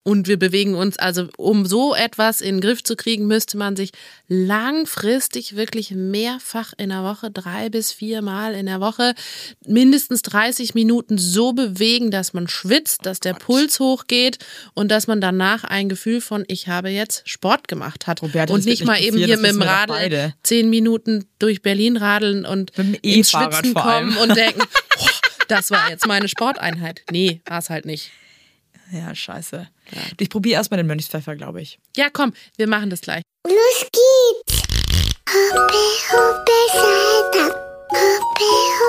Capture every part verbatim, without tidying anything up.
Und wir bewegen uns, also um so etwas in den Griff zu kriegen, müsste man sich langfristig wirklich mehrfach in der Woche, drei bis vier Mal in der Woche, mindestens dreißig Minuten so bewegen, dass man schwitzt, dass der Puls hochgeht und dass man danach ein Gefühl von, ich habe jetzt Sport gemacht hat. Roberta, und nicht mal eben hier mit dem Radl zehn Minuten durch Berlin radeln und ins Schwitzen kommen und denken, oh, das war jetzt meine Sporteinheit. Nee, war es halt nicht. Ja, scheiße. Ja. Ich probiere erstmal den Mönchspfeffer, glaube ich. Ja, komm, wir machen das gleich. Los geht's! Hoppe, hoppe, Saltag. Hoppe,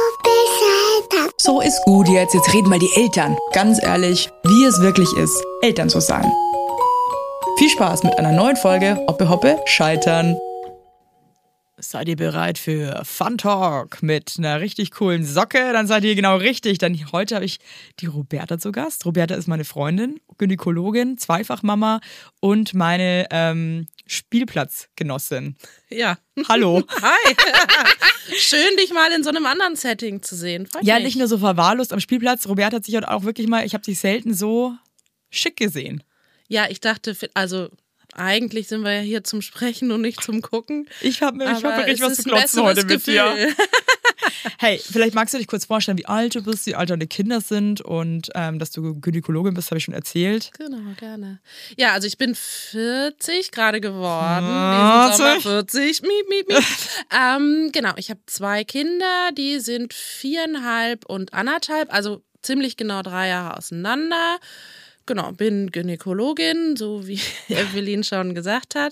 hoppe, Saltag. So ist gut jetzt. Jetzt reden mal die Eltern. Ganz ehrlich, wie es wirklich ist, Eltern zu sein. Viel Spaß mit einer neuen Folge Hoppe, hoppe, Scheitern. Seid ihr bereit für Fun Talk mit einer richtig coolen Socke? Dann seid ihr genau richtig, denn heute habe ich die Roberta zu Gast. Roberta ist meine Freundin, Gynäkologin, Zweifachmama und meine ähm, Spielplatzgenossin. Ja. Hallo. Hi. Schön, dich mal in so einem anderen Setting zu sehen. Freut ja, mich. Nicht nur so verwahrlost am Spielplatz. Roberta hat sich heute auch wirklich mal, ich habe sie selten so schick gesehen. Ja, ich dachte, also... Eigentlich sind wir ja hier zum Sprechen und nicht zum Gucken. Ich habe hab wirklich was zu klotzen heute mit dir. Hey, vielleicht magst du dich kurz vorstellen, wie alt du bist, wie alt deine Kinder sind und ähm, dass du Gynäkologin bist, habe ich schon erzählt. Genau, gerne. Ja, also ich bin vierzig gerade geworden. Ah, diesen Sommer vierzig. Miep, miep, miep. ähm, genau, ich habe zwei Kinder, die sind viereinhalb und anderthalb, also ziemlich genau drei Jahre auseinander. Genau, bin Gynäkologin, so wie Evelyn schon gesagt hat.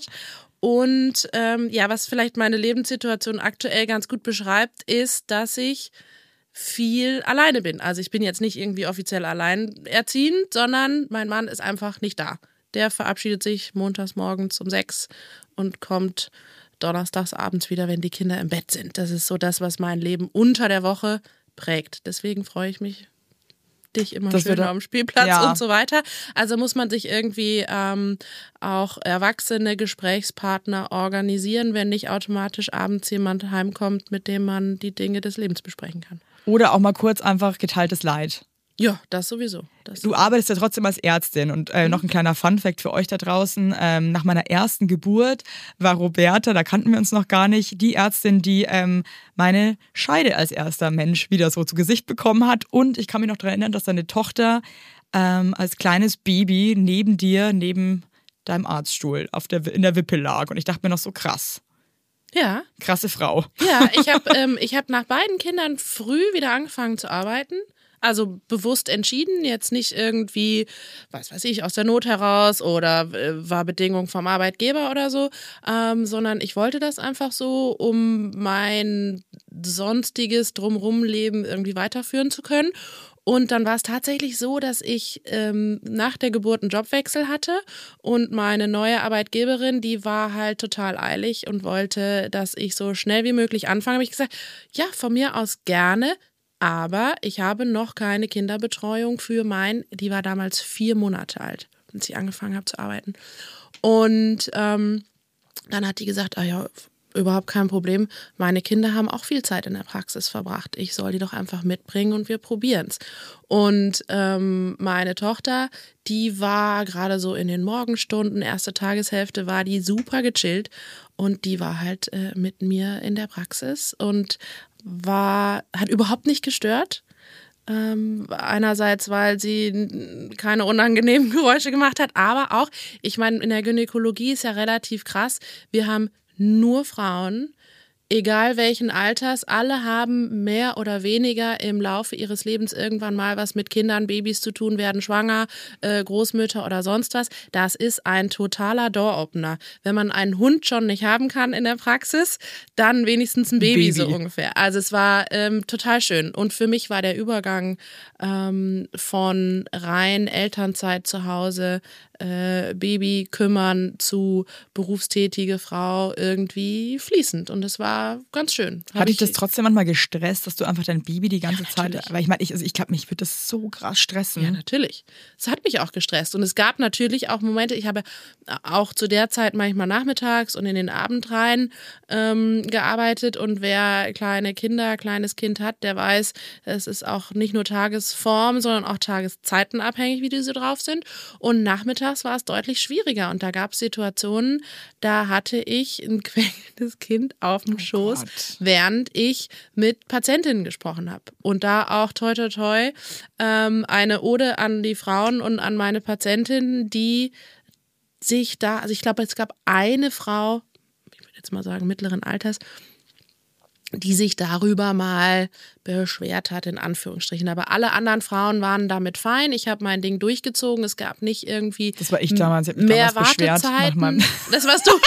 Und ähm, ja, was vielleicht meine Lebenssituation aktuell ganz gut beschreibt, ist, dass ich viel alleine bin. Also ich bin jetzt nicht irgendwie offiziell alleinerziehend, sondern mein Mann ist einfach nicht da. Der verabschiedet sich montags morgens um sechs und kommt donnerstags abends wieder, wenn die Kinder im Bett sind. Das ist so das, was mein Leben unter der Woche prägt. Deswegen freue ich mich, dich immer das schön am Spielplatz ja. und so weiter. Also muss man sich irgendwie ähm, auch erwachsene Gesprächspartner organisieren, wenn nicht automatisch abends jemand heimkommt, mit dem man die Dinge des Lebens besprechen kann. Oder auch mal kurz einfach geteiltes Leid. Ja, das sowieso. Das du arbeitest ja trotzdem als Ärztin und äh, noch ein kleiner Funfact für euch da draußen. Ähm, nach meiner ersten Geburt war Roberta, da kannten wir uns noch gar nicht, die Ärztin, die ähm, meine Scheide als erster Mensch wieder so zu Gesicht bekommen hat. Und ich kann mich noch daran erinnern, dass deine Tochter ähm, als kleines Baby neben dir, neben deinem Arztstuhl auf der, in der Wippe lag. Und ich dachte mir noch so, krass. Ja. Krasse Frau. Ja, ich habe ähm, ich hab nach beiden Kindern früh wieder angefangen zu arbeiten. Also bewusst entschieden, jetzt nicht irgendwie, was weiß ich, aus der Not heraus oder äh, war Bedingung vom Arbeitgeber oder so, ähm, sondern ich wollte das einfach so, um mein sonstiges Drumrumleben irgendwie weiterführen zu können. Und dann war es tatsächlich so, dass ich ähm, nach der Geburt einen Jobwechsel hatte und meine neue Arbeitgeberin, die war halt total eilig und wollte, dass ich so schnell wie möglich anfange. Habe ich gesagt, ja, von mir aus gerne. Aber ich habe noch keine Kinderbetreuung für mein, die war damals vier Monate alt, als ich angefangen habe zu arbeiten. Und ähm, dann hat die gesagt, ah ja, überhaupt kein Problem, meine Kinder haben auch viel Zeit in der Praxis verbracht. Ich soll die doch einfach mitbringen und wir probieren's. Und ähm, meine Tochter, die war gerade so in den Morgenstunden, erste Tageshälfte, war die super gechillt und die war halt äh, mit mir in der Praxis und war, hat überhaupt nicht gestört. Ähm, einerseits, weil sie keine unangenehmen Geräusche gemacht hat, aber auch, ich meine, in der Gynäkologie ist ja relativ krass, wir haben nur Frauen, egal welchen Alters, alle haben mehr oder weniger im Laufe ihres Lebens irgendwann mal was mit Kindern, Babys zu tun, werden schwanger, äh, Großmütter oder sonst was. Das ist ein totaler Door-Opener. Wenn man einen Hund schon nicht haben kann in der Praxis, dann wenigstens ein Baby, Baby. so ungefähr. Also es war ähm, total schön. Und für mich war der Übergang ähm, von rein Elternzeit zu Hause, äh, Baby kümmern zu berufstätige Frau irgendwie fließend. Und es war war ganz schön. Hab Hat dich ich- das trotzdem manchmal gestresst, dass du einfach dein Baby die ganze Ja, Zeit, natürlich. weil ich meine, ich, also ich glaube, mich würde das so krass stressen. Ja, natürlich. Es hat mich auch gestresst. Und es gab natürlich auch Momente, ich habe auch zu der Zeit manchmal nachmittags und in den Abendreihen ähm, gearbeitet. Und wer kleine Kinder, kleines Kind hat, der weiß, es ist auch nicht nur Tagesform, sondern auch tageszeitenabhängig, wie diese drauf sind. Und nachmittags war es deutlich schwieriger. Und da gab es Situationen, da hatte ich ein quengelndes Kind auf dem Schoß, Gott. während ich mit Patientinnen gesprochen habe. Und da auch toi toi toi ähm, eine Ode an die Frauen und an meine Patientinnen, die sich da, also ich glaube, es gab eine Frau, ich würde jetzt mal sagen mittleren Alters, die sich darüber mal beschwert hat, in Anführungsstrichen. Aber alle anderen Frauen waren damit fein. Ich habe mein Ding durchgezogen. Es gab nicht irgendwie Das war ich damals. Ich hab mich mehr damals beschwert nach Wartezeiten. meinem- Das warst du.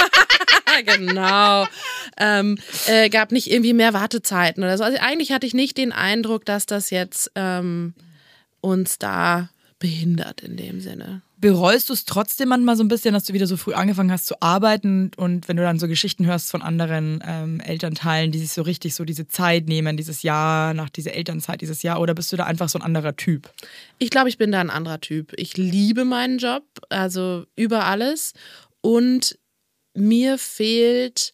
Genau. Ähm, äh, gab nicht irgendwie mehr Wartezeiten oder so. Also eigentlich hatte ich nicht den Eindruck, dass das jetzt ähm, uns da behindert in dem Sinne. Bereust du es trotzdem manchmal so ein bisschen, dass du wieder so früh angefangen hast zu arbeiten und wenn du dann so Geschichten hörst von anderen ähm, Elternteilen, die sich so richtig so diese Zeit nehmen, dieses Jahr, nach dieser Elternzeit, dieses Jahr, oder bist du da einfach so ein anderer Typ? Ich glaube, ich bin da ein anderer Typ. Ich liebe meinen Job, also über alles. Und mir fehlt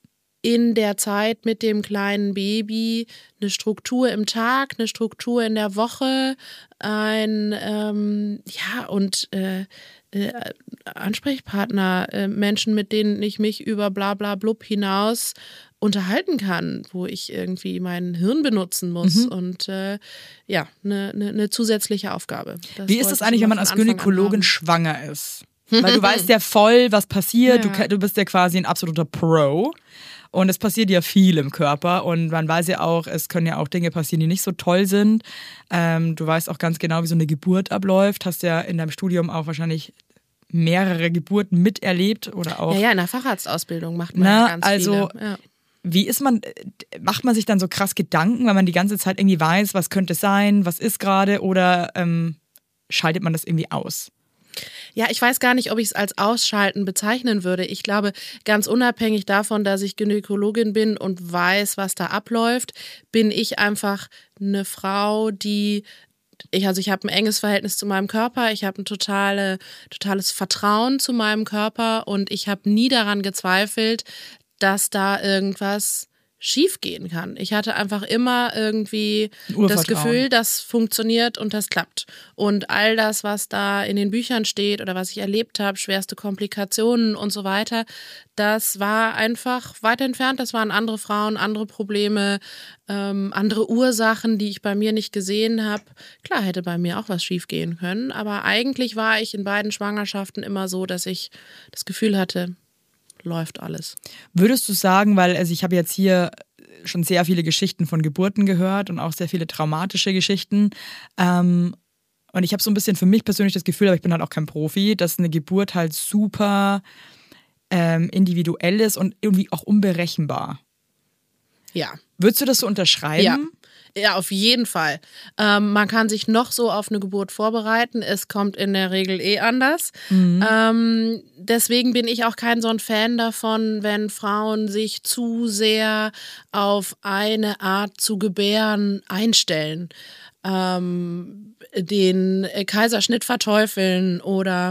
in der Zeit mit dem kleinen Baby eine Struktur im Tag, eine Struktur in der Woche, ein, ähm, ja, und äh, äh, Ansprechpartner, äh, Menschen, mit denen ich mich über bla bla blub hinaus unterhalten kann, wo ich irgendwie mein Hirn benutzen muss Mhm. und äh, ja, eine ne, ne zusätzliche Aufgabe. Das Wie ist wollte das ich eigentlich, wenn immer man von als Anfang an Gynäkologin haben. schwanger ist? Weil du weißt ja voll, was passiert. Ja. Du, ke- du bist ja quasi ein absoluter Pro. Und es passiert ja viel im Körper. Und man weiß ja auch, es können ja auch Dinge passieren, die nicht so toll sind. Ähm, du weißt auch ganz genau, wie so eine Geburt abläuft. Hast ja in deinem Studium auch wahrscheinlich mehrere Geburten miterlebt oder auch. Ja, ja, in der Facharztausbildung macht man Na, ganz also- viele. Ja. Wie ist man, macht man sich dann so krass Gedanken, weil man die ganze Zeit irgendwie weiß, was könnte es sein, was ist gerade, oder ähm, schaltet man das irgendwie aus? Ja, ich weiß gar nicht, ob ich es als Ausschalten bezeichnen würde. Ich glaube, ganz unabhängig davon, dass ich Gynäkologin bin und weiß, was da abläuft, bin ich einfach eine Frau, die ich, also ich habe ein enges Verhältnis zu meinem Körper, ich habe ein totale, totales Vertrauen zu meinem Körper und ich habe nie daran gezweifelt, dass da irgendwas schief gehen kann. Ich hatte einfach immer irgendwie Ein Urvertrauen. das Gefühl, das funktioniert und das klappt. Und all das, was da in den Büchern steht oder was ich erlebt habe, schwerste Komplikationen und so weiter, das war einfach weit entfernt. Das waren andere Frauen, andere Probleme, ähm, andere Ursachen, die ich bei mir nicht gesehen habe. Klar hätte bei mir auch was schief gehen können, aber eigentlich war ich in beiden Schwangerschaften immer so, dass ich das Gefühl hatte, läuft alles. Würdest du sagen, weil also ich habe jetzt hier schon sehr viele Geschichten von Geburten gehört und auch sehr viele traumatische Geschichten. Ähm, und ich habe so ein bisschen für mich persönlich das Gefühl, aber ich bin halt auch kein Profi, dass eine Geburt halt super ähm, individuell ist und irgendwie auch unberechenbar. Ja. Würdest du das so unterschreiben? Ja. Ja, auf jeden Fall. Ähm, man kann sich noch so auf eine Geburt vorbereiten. Es kommt in der Regel eh anders. Mhm. Ähm, deswegen bin ich auch kein so ein Fan davon, wenn Frauen sich zu sehr auf eine Art zu gebären einstellen. Ähm, den Kaiserschnitt verteufeln oder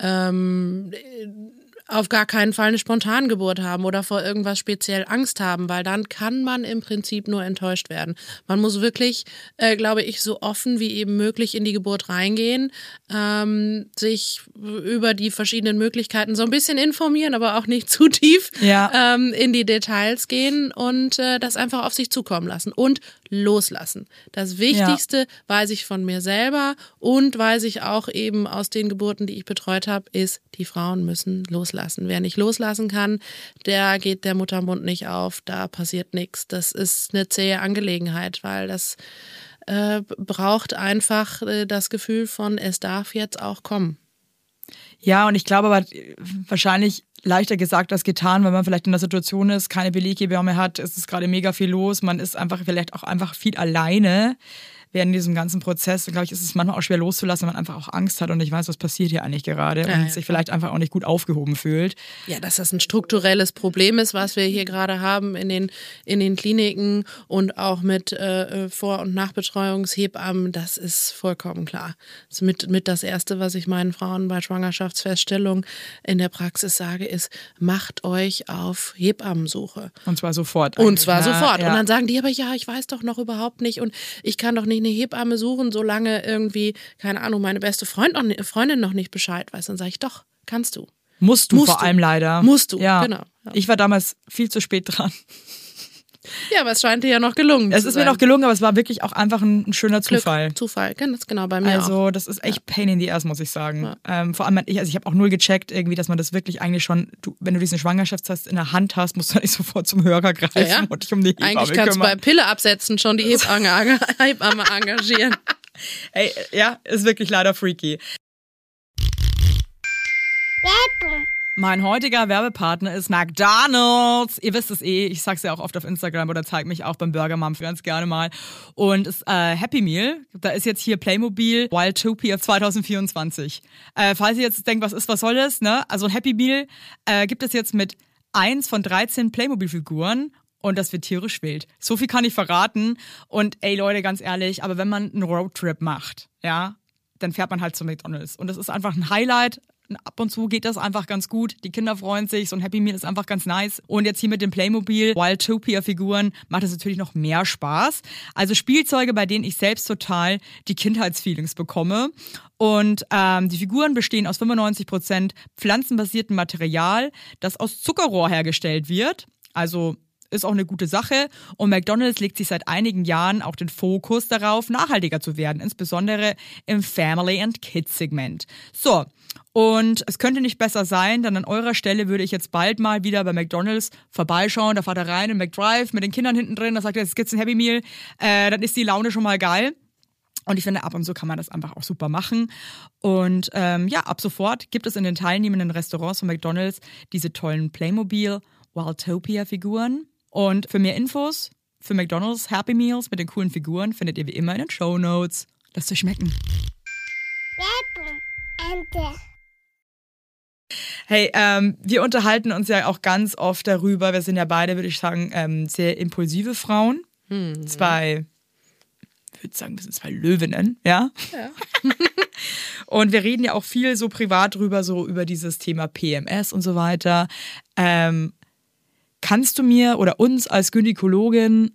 ähm, auf gar keinen Fall eine Spontangeburt haben oder vor irgendwas speziell Angst haben, weil dann kann man im Prinzip nur enttäuscht werden. Man muss wirklich, äh, glaube ich, so offen wie eben möglich in die Geburt reingehen, ähm, sich über die verschiedenen Möglichkeiten so ein bisschen informieren, aber auch nicht zu tief Ja. ähm, in die Details gehen und äh, das einfach auf sich zukommen lassen und loslassen. Das Wichtigste weiß ich von mir selber und weiß ich auch eben aus den Geburten, die ich betreut habe, ist, die Frauen müssen loslassen. Wer nicht loslassen kann, der geht der Muttermund nicht auf, da passiert nichts. Das ist eine zähe Angelegenheit, weil das äh, braucht einfach äh, das Gefühl von, es darf jetzt auch kommen. Ja, und ich glaube aber wahrscheinlich leichter gesagt als getan, wenn man vielleicht in der Situation ist, keine Beleghebamme hat, es ist gerade mega viel los, man ist einfach vielleicht auch einfach viel alleine. während diesem ganzen Prozess, glaube ich, ist es manchmal auch schwer loszulassen, wenn man einfach auch Angst hat und nicht weiß, was passiert hier eigentlich gerade Ja, und ja, sich vielleicht einfach auch nicht gut aufgehoben fühlt. Ja, dass das ein strukturelles Problem ist, was wir hier gerade haben in den, in den Kliniken und auch mit äh, Vor- und Nachbetreuungshebammen, das ist vollkommen klar. Das ist mit, mit das Erste, was ich meinen Frauen bei Schwangerschaftsfeststellung in der Praxis sage, ist, macht euch auf Hebammensuche. Und zwar sofort. Und zwar ne? sofort. Ja. Und dann sagen die, aber ja, ich weiß doch noch überhaupt nicht und ich kann doch nicht eine Hebamme suchen, solange irgendwie, keine Ahnung, meine beste Freund noch, Freundin noch nicht Bescheid weiß. Dann sage ich, doch, kannst du. Musst du Musst vor du. allem leider. Musst du, ja. genau. Ja. Ich war damals viel zu spät dran. Ja, aber es scheint dir ja noch gelungen Es zu ist sein. mir noch gelungen, aber es war wirklich auch einfach ein, ein schöner Glück, Zufall. Zufall, ganz genau, bei mir Also auch. das ist echt Pain in the Ass, muss ich sagen. Ja. Ähm, vor allem, ich, also ich habe auch null gecheckt, irgendwie, dass man das wirklich eigentlich schon, du, wenn du diesen Schwangerschaftstest in der Hand hast, musst du nicht sofort zum Hörer greifen Ja, ja. und dich um die Hebamme Eigentlich kannst du bei kümmern. Pille absetzen schon die Hebamme, Hebamme engagieren. Ey, ja, ist wirklich leider freaky. Werbung. Mein heutiger Werbepartner ist McDonald's. Ihr wisst es eh, ich sag's ja auch oft auf Instagram oder zeig mich auch beim Burger Mom ganz gerne mal. Und es äh, Happy Meal, da ist jetzt hier Playmobil Wildtopia zwanzig vierundzwanzig. Äh, falls ihr jetzt denkt, was ist, was soll das, ne? Also ein Happy Meal äh, gibt es jetzt mit eins von dreizehn Playmobil-Figuren. Und das wird tierisch wild. So viel kann ich verraten. Und ey Leute, ganz ehrlich, aber wenn man einen Roadtrip macht, ja, dann fährt man halt zu McDonald's. Und das ist einfach ein Highlight. Ab und zu geht das einfach ganz gut. Die Kinder freuen sich. So ein Happy Meal ist einfach ganz nice. Und jetzt hier mit den Playmobil Wildtopia-Figuren macht es natürlich noch mehr Spaß. Also Spielzeuge, bei denen ich selbst total die Kindheitsfeelings bekomme. Und ähm, die Figuren bestehen aus fünfundneunzig Prozent pflanzenbasiertem Material, das aus Zuckerrohr hergestellt wird. Also ist auch eine gute Sache. Und McDonald's legt sich seit einigen Jahren auch den Fokus darauf, nachhaltiger zu werden, insbesondere im Family- and Kids-Segment. So, und es könnte nicht besser sein, denn an eurer Stelle würde ich jetzt bald mal wieder bei McDonald's vorbeischauen. Da fahrt er rein in McDrive mit den Kindern hinten drin, da sagt er, jetzt gibt's ein Happy Meal. Äh, dann ist die Laune schon mal geil. Und ich finde, ab und zu kann man das einfach auch super machen. Und ähm, ja, ab sofort gibt es in den teilnehmenden Restaurants von McDonald's diese tollen Playmobil Wildtopia-Figuren. Und für mehr Infos, für McDonald's Happy Meals mit den coolen Figuren findet ihr wie immer in den Shownotes. Lasst euch schmecken. Werbung. Ende. Hey, ähm, wir unterhalten uns ja auch ganz oft darüber. Wir sind ja beide, würde ich sagen, ähm, sehr impulsive Frauen. Hm. Zwei, ich würde sagen, wir sind zwei Löwinnen, ja? Ja. Und wir reden ja auch viel so privat drüber, so über dieses Thema P M S und so weiter. Ähm, Kannst du mir oder uns als Gynäkologin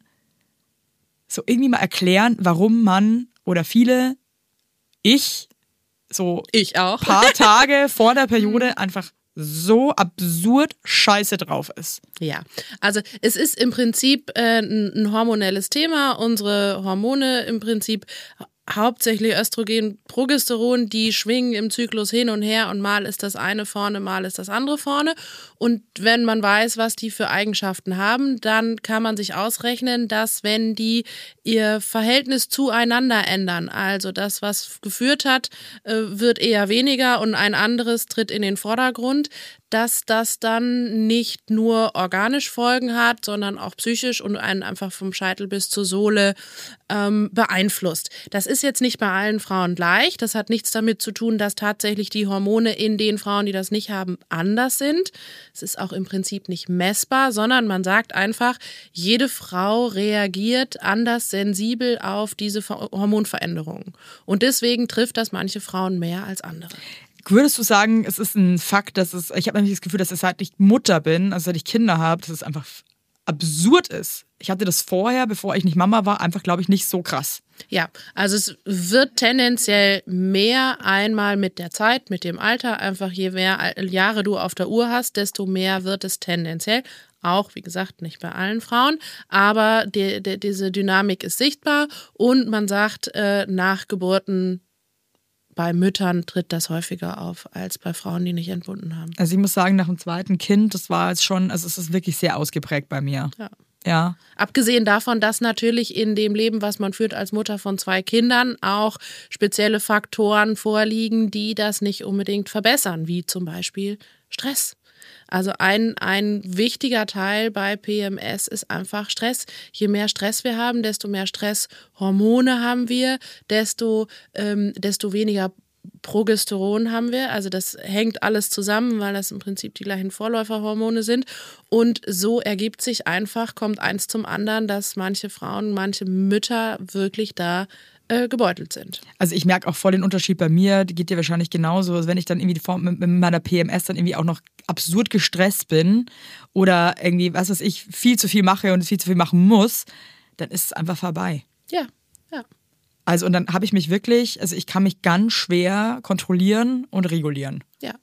so irgendwie mal erklären, warum man oder viele, ich, so Ich auch. paar Tage vor der Periode einfach so absurd scheiße drauf ist? Ja, also es ist im Prinzip äh, ein, ein hormonelles Thema. Unsere Hormone im Prinzip hauptsächlich Östrogen, Progesteron, die schwingen im Zyklus hin und her und mal ist das eine vorne, mal ist das andere vorne. Und wenn man weiß, was die für Eigenschaften haben, dann kann man sich ausrechnen, dass wenn die ihr Verhältnis zueinander ändern, also das, was geführt hat, wird eher weniger und ein anderes tritt in den Vordergrund, dass das dann nicht nur organisch Folgen hat, sondern auch psychisch und einen einfach vom Scheitel bis zur Sohle ähm, beeinflusst. Das ist jetzt nicht bei allen Frauen gleich. Das hat nichts damit zu tun, dass tatsächlich die Hormone in den Frauen, die das nicht haben, anders sind. Es ist auch im Prinzip nicht messbar, sondern man sagt einfach, jede Frau reagiert anders sensibel auf diese Hormonveränderungen. Und deswegen trifft das manche Frauen mehr als andere. Würdest du sagen, es ist ein Fakt, dass es, ich habe nämlich das Gefühl, dass es, seit ich Mutter bin, also seit ich Kinder habe, dass es einfach absurd ist. Ich hatte das vorher, bevor ich nicht Mama war, einfach, glaube ich, nicht so krass. Ja, also es wird tendenziell mehr einmal mit der Zeit, mit dem Alter, einfach je mehr Jahre du auf der Uhr hast, desto mehr wird es tendenziell. Auch, wie gesagt, nicht bei allen Frauen, aber die, die, diese Dynamik ist sichtbar und man sagt, äh, nach Geburten bei Müttern tritt das häufiger auf als bei Frauen, die nicht entbunden haben. Also ich muss sagen, nach dem zweiten Kind, das war jetzt schon, also es ist wirklich sehr ausgeprägt bei mir. Ja. Ja. Abgesehen davon, dass natürlich in dem Leben, was man führt als Mutter von zwei Kindern, auch spezielle Faktoren vorliegen, die das nicht unbedingt verbessern, wie zum Beispiel Stress. Also ein, ein wichtiger Teil bei P M S ist einfach Stress. Je mehr Stress wir haben, desto mehr Stresshormone haben wir, desto, ähm, desto weniger Progesteron haben wir. Also das hängt alles zusammen, weil das im Prinzip die gleichen Vorläuferhormone sind. Und so ergibt sich einfach, kommt eins zum anderen, dass manche Frauen, manche Mütter wirklich da äh, gebeutelt sind. Also ich merke auch voll den Unterschied bei mir, die geht dir wahrscheinlich genauso, also wenn ich dann irgendwie vor- mit, mit meiner P M S dann irgendwie auch noch absurd gestresst bin oder irgendwie, was weiß ich, viel zu viel mache und viel zu viel machen muss, dann ist es einfach vorbei. Ja, ja. Also und dann habe ich mich wirklich, also ich kann mich ganz schwer kontrollieren und regulieren. Ja.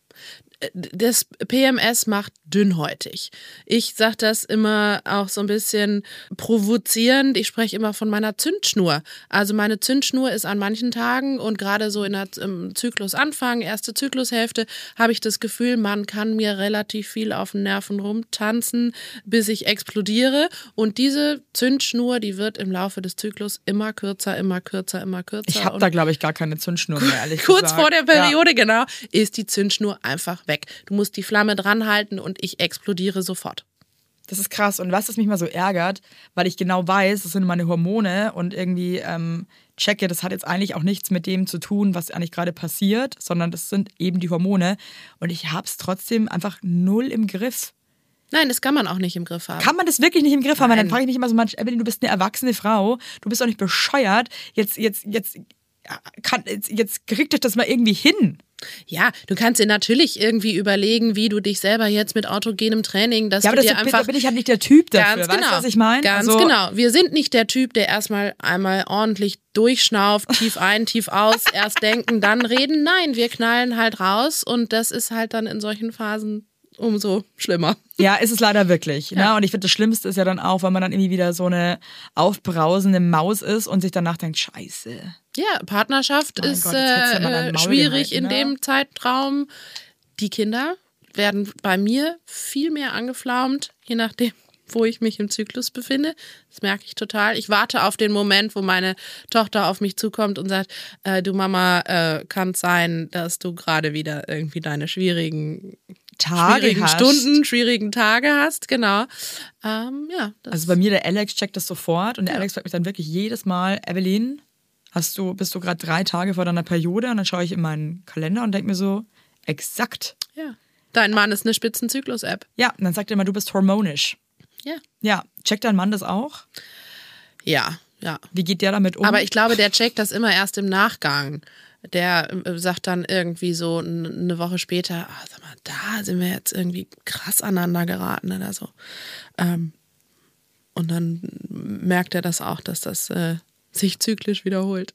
Das P M S macht dünnhäutig. Ich sage das immer auch so ein bisschen provozierend. Ich spreche immer von meiner Zündschnur. Also meine Zündschnur ist an manchen Tagen und gerade so in der, im Zyklusanfang, erste Zyklushälfte, habe ich das Gefühl, man kann mir relativ viel auf den Nerven rumtanzen, bis ich explodiere. Und diese Zündschnur, die wird im Laufe des Zyklus immer kürzer, immer kürzer, immer kürzer. Ich habe da, glaube ich, gar keine Zündschnur mehr, ehrlich Kurz gesagt. vor der Periode, ja. Genau, ist die Zündschnur einfach weg. Du musst die Flamme dran halten und ich explodiere sofort. Das ist krass. Und was das mich mal so ärgert, weil ich genau weiß, das sind meine Hormone und irgendwie ähm, checke, das hat jetzt eigentlich auch nichts mit dem zu tun, was eigentlich gerade passiert, sondern das sind eben die Hormone. Und ich habe es trotzdem einfach null im Griff. Nein, das kann man auch nicht im Griff haben. Kann man das wirklich nicht im Griff haben? Nein. Dann frage ich mich immer so, Mensch, Evelyn, du bist eine erwachsene Frau, du bist doch nicht bescheuert. Jetzt, jetzt, jetzt, kann, jetzt, jetzt kriegt euch das mal irgendwie hin. Ja, du kannst dir natürlich irgendwie überlegen, wie du dich selber jetzt mit autogenem Training, dass ja, aber du das dir ist, einfach... Da bin ich halt nicht der Typ dafür, ganz weißt genau, du, was ich meine? Ganz also, genau. Wir sind nicht der Typ, der erstmal einmal ordentlich durchschnauft, tief ein, tief aus, erst denken, dann reden. Nein, wir knallen halt raus und das ist halt dann in solchen Phasen umso schlimmer. Ja, ist es leider wirklich. Ja. Ne? Und ich finde, das Schlimmste ist ja dann auch, wenn man dann irgendwie wieder so eine aufbrausende Maus ist und sich danach denkt, scheiße. Ja, Partnerschaft Mein ist Gott, jetzt hättest du ja mal dein äh, Maul schwierig gehalten, in ne? dem Zeitraum. Die Kinder werden bei mir viel mehr angeflaumt, je nachdem, wo ich mich im Zyklus befinde. Das merke ich total. Ich warte auf den Moment, wo meine Tochter auf mich zukommt und sagt, äh, du Mama, äh, kann es sein, dass du gerade wieder irgendwie deine schwierigen Tage schwierigen hast. Stunden, schwierigen Tage hast, genau. Ähm, ja, das Also bei mir, der Alex checkt das sofort und der Ja. Alex fragt mich dann wirklich jedes Mal, Evelyn, hast du, bist du gerade drei Tage vor deiner Periode? Und dann schaue ich in meinen Kalender und denke mir so, exakt. ja. Dein Mann ist eine Spitzenzyklus-App. Ja, und dann sagt er immer, du bist hormonisch. Ja. Ja, checkt dein Mann das auch? Ja, ja. Wie geht der damit um? Aber ich glaube, der checkt das immer erst im Nachgang. Der äh, sagt dann irgendwie so n- eine Woche später, ah, sag mal, da sind wir jetzt irgendwie krass aneinander geraten oder so. Ähm, und dann merkt er das auch, dass das äh, sich zyklisch wiederholt.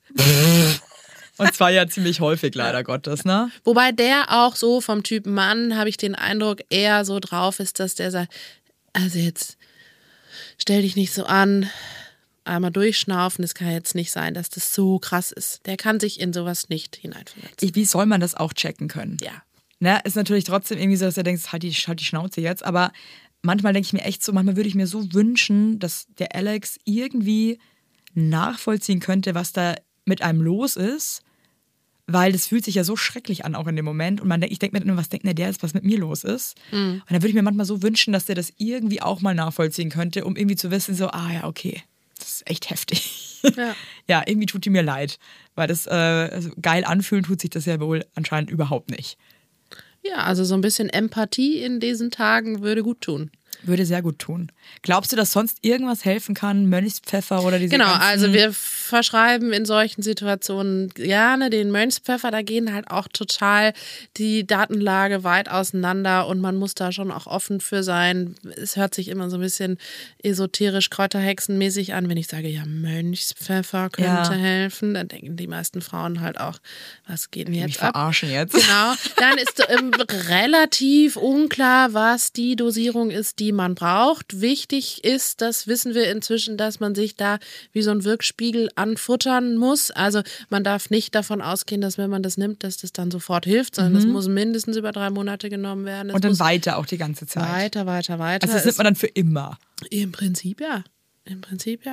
Und zwar ja ziemlich häufig, leider Gottes, ne? Wobei der auch so vom Typ Mann, habe ich den Eindruck, eher so drauf ist, dass der sagt, also jetzt stell dich nicht so an, einmal durchschnaufen, es kann jetzt nicht sein, dass das so krass ist. Der kann sich in sowas nicht hineinversetzen. Ich, wie soll man das auch checken können? Ja. Ne, ist natürlich trotzdem irgendwie so, dass er denkt, halt die, halt die Schnauze jetzt. Aber manchmal denke ich mir echt so, manchmal würde ich mir so wünschen, dass der Alex irgendwie nachvollziehen könnte, was da mit einem los ist. Weil das fühlt sich ja so schrecklich an, auch in dem Moment. Und man denkt, ich denke mir dann immer, was denkt denn der jetzt, was mit mir los ist? Mhm. Und dann würde ich mir manchmal so wünschen, dass der das irgendwie auch mal nachvollziehen könnte, um irgendwie zu wissen, so, ah ja, okay, das ist echt heftig. Ja, ja irgendwie tut die mir leid. Weil das äh, also geil anfühlen tut sich das ja wohl anscheinend überhaupt nicht. Ja, also so ein bisschen Empathie in diesen Tagen würde gut tun. Würde sehr gut tun. Glaubst du, dass sonst irgendwas helfen kann? Mönchspfeffer oder diese Genau, ganzen... also wir verschreiben in solchen Situationen gerne den Mönchspfeffer. Da gehen halt auch total die Datenlage weit auseinander und man muss da schon auch offen für sein. Es hört sich immer so ein bisschen esoterisch, kräuterhexenmäßig an, wenn ich sage, ja, Mönchspfeffer könnte Ja. helfen. Dann denken die meisten Frauen halt auch, was geht denn mich jetzt ab? verarschen jetzt. Genau, dann ist ähm, relativ unklar, was die Dosierung ist, die man braucht. Wichtig ist, das wissen wir inzwischen, dass man sich da wie so ein Wirkspiegel anfuttern muss. Also man darf nicht davon ausgehen, dass wenn man das nimmt, dass das dann sofort hilft, sondern es muss mindestens über drei Monate genommen werden. Es Und dann muss weiter auch die ganze Zeit. weiter, weiter, weiter. Also das Es- nimmt man dann für immer. Im Prinzip ja. Im Prinzip ja.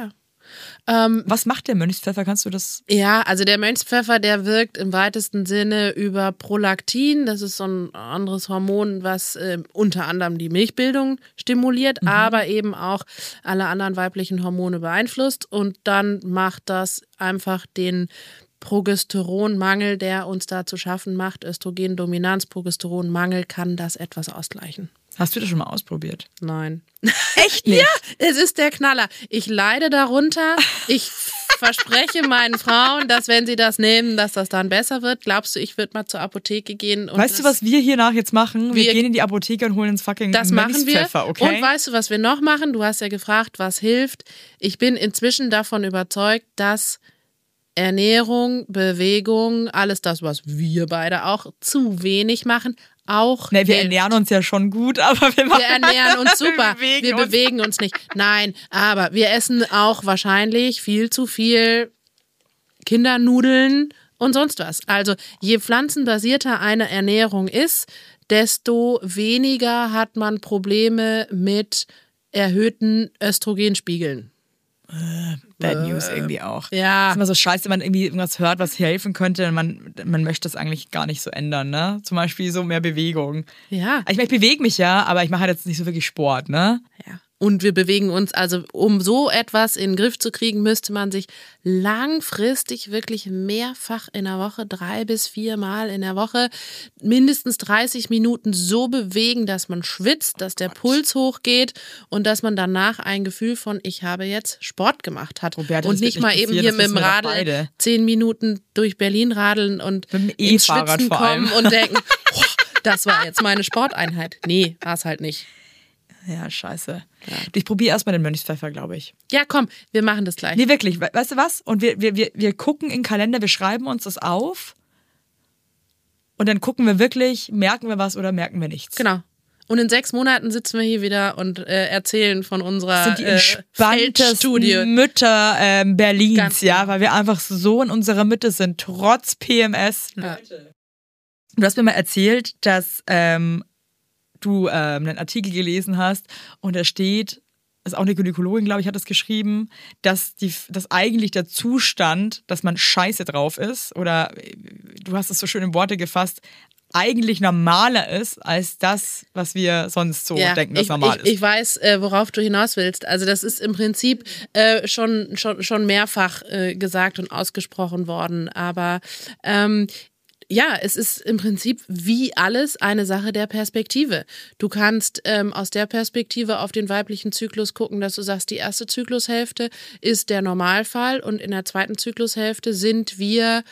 Ähm, Was macht der Mönchspfeffer? Kannst du das? Ja, also der Mönchspfeffer, der wirkt im weitesten Sinne über Prolaktin. Das ist so ein anderes Hormon, was äh, unter anderem die Milchbildung stimuliert, mhm. aber eben auch alle anderen weiblichen Hormone beeinflusst. Und dann macht das einfach den Progesteronmangel, der uns da zu schaffen macht. Östrogendominanz, Progesteronmangel kann das etwas ausgleichen. Hast du das schon mal ausprobiert? Nein. Echt nicht? Ja, es ist der Knaller. Ich leide darunter. Ich verspreche meinen Frauen, dass wenn sie das nehmen, dass das dann besser wird. Glaubst du, ich würde mal zur Apotheke gehen? Und weißt du, was wir hier nach jetzt machen? Wir, wir gehen in die Apotheke und holen uns fucking das machen wir. Mönchspfeffer, okay? Und weißt du, was wir noch machen? Du hast ja gefragt, was hilft. Ich bin inzwischen davon überzeugt, dass Ernährung, Bewegung, alles das, was wir beide auch zu wenig machen, auch Nee, wir hilft. ernähren uns ja schon gut, aber wir machen Wir ernähren uns super. wir bewegen, wir uns. bewegen uns nicht. Nein, aber wir essen auch wahrscheinlich viel zu viel Kindernudeln und sonst was. Also je pflanzenbasierter eine Ernährung ist, desto weniger hat man Probleme mit erhöhten Östrogenspiegeln. Bad News irgendwie auch. Ja. Es ist immer so scheiße, wenn man irgendwie irgendwas hört, was helfen könnte und man, man möchte das eigentlich gar nicht so ändern, ne? Zum Beispiel so mehr Bewegung. Ja. Ich meine, ich bewege mich ja, aber ich mache halt jetzt nicht so wirklich Sport, ne? Ja. Und wir bewegen uns, also um so etwas in den Griff zu kriegen, müsste man sich langfristig wirklich mehrfach in der Woche, drei bis vier Mal in der Woche, mindestens dreißig Minuten so bewegen, dass man schwitzt, dass der Puls hochgeht und dass man danach ein Gefühl von, ich habe jetzt Sport gemacht hat. Roberta, und das nicht wird mal nicht eben passieren, hier das mit dem wissen wir doch Radl beide. zehn Minuten durch Berlin radeln und Mit dem ins E-Fahrrad Schwitzen vor allem. kommen und denken, "Boah, das war jetzt meine Sporteinheit." Nee, war es halt nicht. Ja, scheiße. Ja. Ich probiere erstmal den Mönchspfeffer, glaube ich. Ja, komm, wir machen das gleich. Nee, wirklich. We- Weißt du was? Und wir, wir, wir, wir gucken in den Kalender, wir schreiben uns das auf und dann gucken wir wirklich, merken wir was oder merken wir nichts. Genau. Und in sechs Monaten sitzen wir hier wieder und äh, erzählen von unserer Das sind die äh, Feldstudie. entspanntesten Mütter ähm, Berlins, Ganz ja, genau. weil wir einfach so in unserer Mitte sind, trotz P M S. Ja. Du hast mir mal erzählt, dass ähm, du ähm, einen Artikel gelesen hast und da steht, das ist auch eine Gynäkologin, glaube ich, hat das geschrieben, dass, die, dass eigentlich der Zustand, dass man scheiße drauf ist oder äh, du hast es so schön in Worte gefasst, eigentlich normaler ist als das, was wir sonst so Ja, denken, was ich, normal ich, ist. ich weiß, äh, worauf du hinaus willst. Also das ist im Prinzip äh, schon, schon, schon mehrfach äh, gesagt und ausgesprochen worden. Aber ähm, ja, es ist im Prinzip wie alles eine Sache der Perspektive. Du kannst ähm, aus der Perspektive auf den weiblichen Zyklus gucken, dass du sagst, die erste Zyklushälfte ist der Normalfall und in der zweiten Zyklushälfte sind wir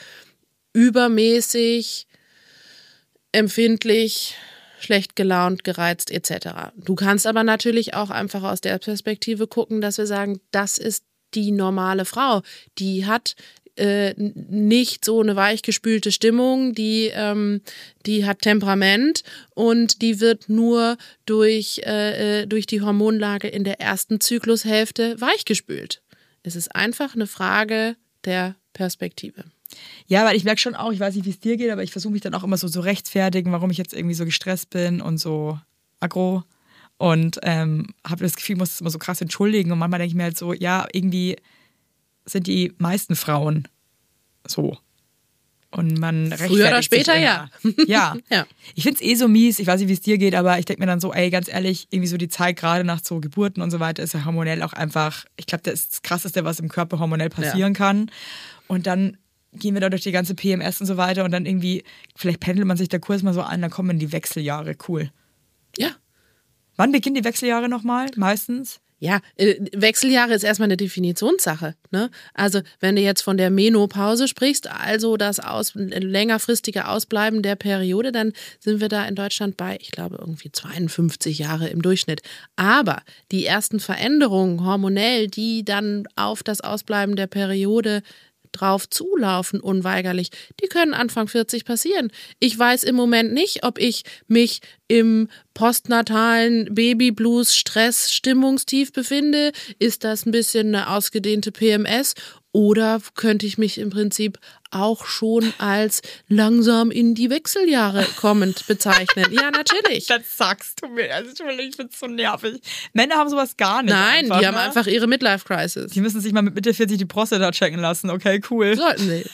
übermäßig empfindlich, schlecht gelaunt, gereizt et cetera. Du kannst aber natürlich auch einfach aus der Perspektive gucken, dass wir sagen, das ist die normale Frau. Die hat äh, nicht so eine weichgespülte Stimmung, die, ähm, die hat Temperament und die wird nur durch, äh, durch die Hormonlage in der ersten Zyklushälfte weichgespült. Es ist einfach eine Frage der Perspektive. Ja, weil ich merke schon auch, ich weiß nicht, wie es dir geht, aber ich versuche mich dann auch immer so zu rechtfertigen, warum ich jetzt irgendwie so gestresst bin und so aggro und ähm, habe das Gefühl, ich muss es immer so krass entschuldigen und manchmal denke ich mir halt so, ja, irgendwie sind die meisten Frauen so. Und man rechtfertigt Früher oder später, sich ja. immer. Ja. Ja. Ich finde es eh so mies, ich weiß nicht, wie es dir geht, aber ich denke mir dann so, ey, ganz ehrlich, irgendwie so die Zeit gerade nach so Geburten und so weiter ist ja hormonell auch einfach, ich glaube, das ist das Krasseste, was im Körper hormonell passieren Ja. kann. Und dann gehen wir da durch die ganze P M S und so weiter und dann irgendwie, vielleicht pendelt man sich da kurz mal so an, dann kommen die Wechseljahre, cool. Ja. Wann beginnen die Wechseljahre nochmal? Meistens? Ja, äh, Wechseljahre ist erstmal eine Definitionssache. Ne? Also wenn du jetzt von der Menopause sprichst, also das aus, längerfristige Ausbleiben der Periode, dann sind wir da in Deutschland bei, ich glaube, irgendwie zweiundfünfzig Jahre im Durchschnitt. Aber die ersten Veränderungen hormonell, die dann auf das Ausbleiben der Periode drauf zulaufen, unweigerlich, die können Anfang vierzig passieren. Ich weiß im Moment nicht, ob ich mich im postnatalen Babyblues, Stress, Stimmungstief befinde. Ist das ein bisschen eine ausgedehnte P M S? Oder könnte ich mich im Prinzip auch schon als langsam in die Wechseljahre kommend bezeichnen? Ja, natürlich. Das sagst du mir. Also, ich finde es so nervig. Männer haben sowas gar nicht. Nein, einfach, die haben ne? einfach ihre Midlife-Crisis. Die müssen sich mal mit Mitte vierzig die Prostata checken lassen. Okay, cool. Sollten sie.